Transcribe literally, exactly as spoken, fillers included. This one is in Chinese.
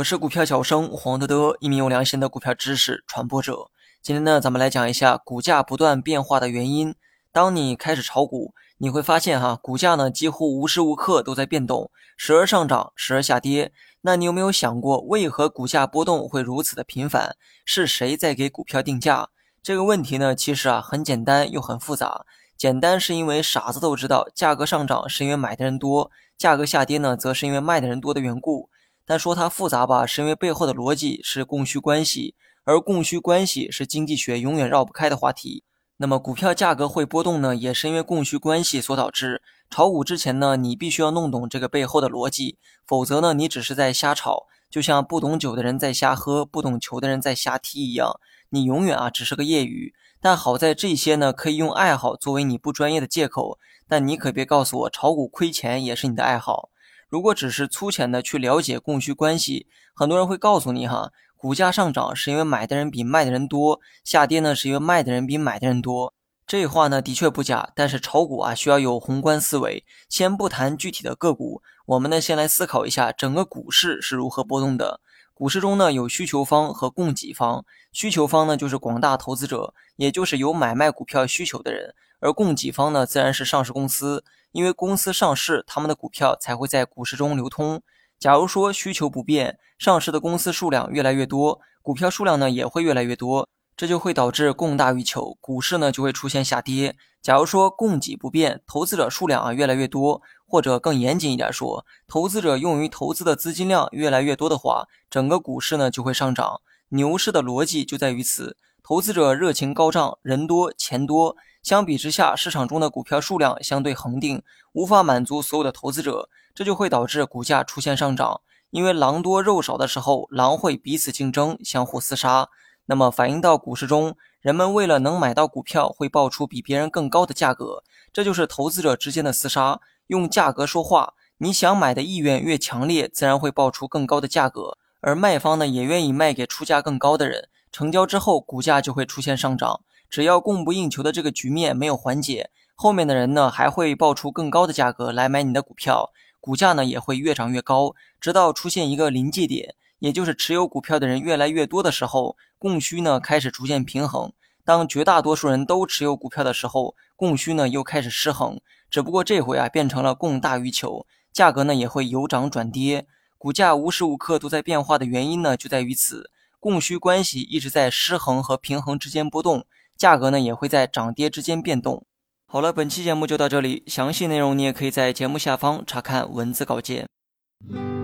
我是股票小生黄德德，一名有良心的股票知识传播者。今天呢，咱们来讲一下股价不断变化的原因。当你开始炒股，你会发现哈，股价呢几乎无时无刻都在变动，时而上涨，时而下跌。那你有没有想过，为何股价波动会如此的频繁？是谁在给股票定价？这个问题呢，其实啊很简单又很复杂。简单是因为傻子都知道，价格上涨是因为买的人多，价格下跌呢，则是因为卖的人多的缘故。但说它复杂吧，是因为背后的逻辑是供需关系，而供需关系是经济学永远绕不开的话题。那么股票价格会波动呢，也是因为供需关系所导致。炒股之前呢，你必须要弄懂这个背后的逻辑，否则呢，你只是在瞎炒，就像不懂酒的人在瞎喝，不懂球的人在瞎踢一样，你永远啊只是个业余。但好在这些呢，可以用爱好作为你不专业的借口，但你可别告诉我炒股亏钱也是你的爱好。如果只是粗浅的去了解供需关系，很多人会告诉你哈，股价上涨是因为买的人比卖的人多，下跌呢是因为卖的人比买的人多。这话呢的确不假，但是炒股啊需要有宏观思维。先不谈具体的个股，我们呢先来思考一下整个股市是如何波动的。股市中呢有需求方和供给方，需求方呢就是广大投资者，也就是有买卖股票需求的人，而供给方呢自然是上市公司。因为公司上市，他们的股票才会在股市中流通。假如说需求不变，上市的公司数量越来越多，股票数量呢也会越来越多，这就会导致供大于求，股市呢就会出现下跌。假如说供给不变，投资者数量啊越来越多，或者更严谨一点说，投资者用于投资的资金量越来越多的话，整个股市呢就会上涨。牛市的逻辑就在于此，投资者热情高涨，人多钱多，相比之下，市场中的股票数量相对恒定，无法满足所有的投资者，这就会导致股价出现上涨。因为狼多肉少的时候，狼会彼此竞争，相互厮杀。那么反映到股市中，人们为了能买到股票，会报出比别人更高的价格，这就是投资者之间的厮杀，用价格说话。你想买的意愿越强烈，自然会报出更高的价格，而卖方呢，也愿意卖给出价更高的人。成交之后，股价就会出现上涨。只要供不应求的这个局面没有缓解，后面的人呢还会报出更高的价格来买你的股票，股价呢也会越涨越高，直到出现一个临界点，也就是持有股票的人越来越多的时候，供需呢开始逐渐平衡。当绝大多数人都持有股票的时候，供需呢又开始失衡，只不过这回啊变成了供大于求，价格呢也会由涨转跌。股价无时无刻都在变化的原因呢就在于此，供需关系一直在失衡和平衡之间波动，价格呢也会在涨跌之间变动。好了，本期节目就到这里，详细内容你也可以在节目下方查看文字稿件。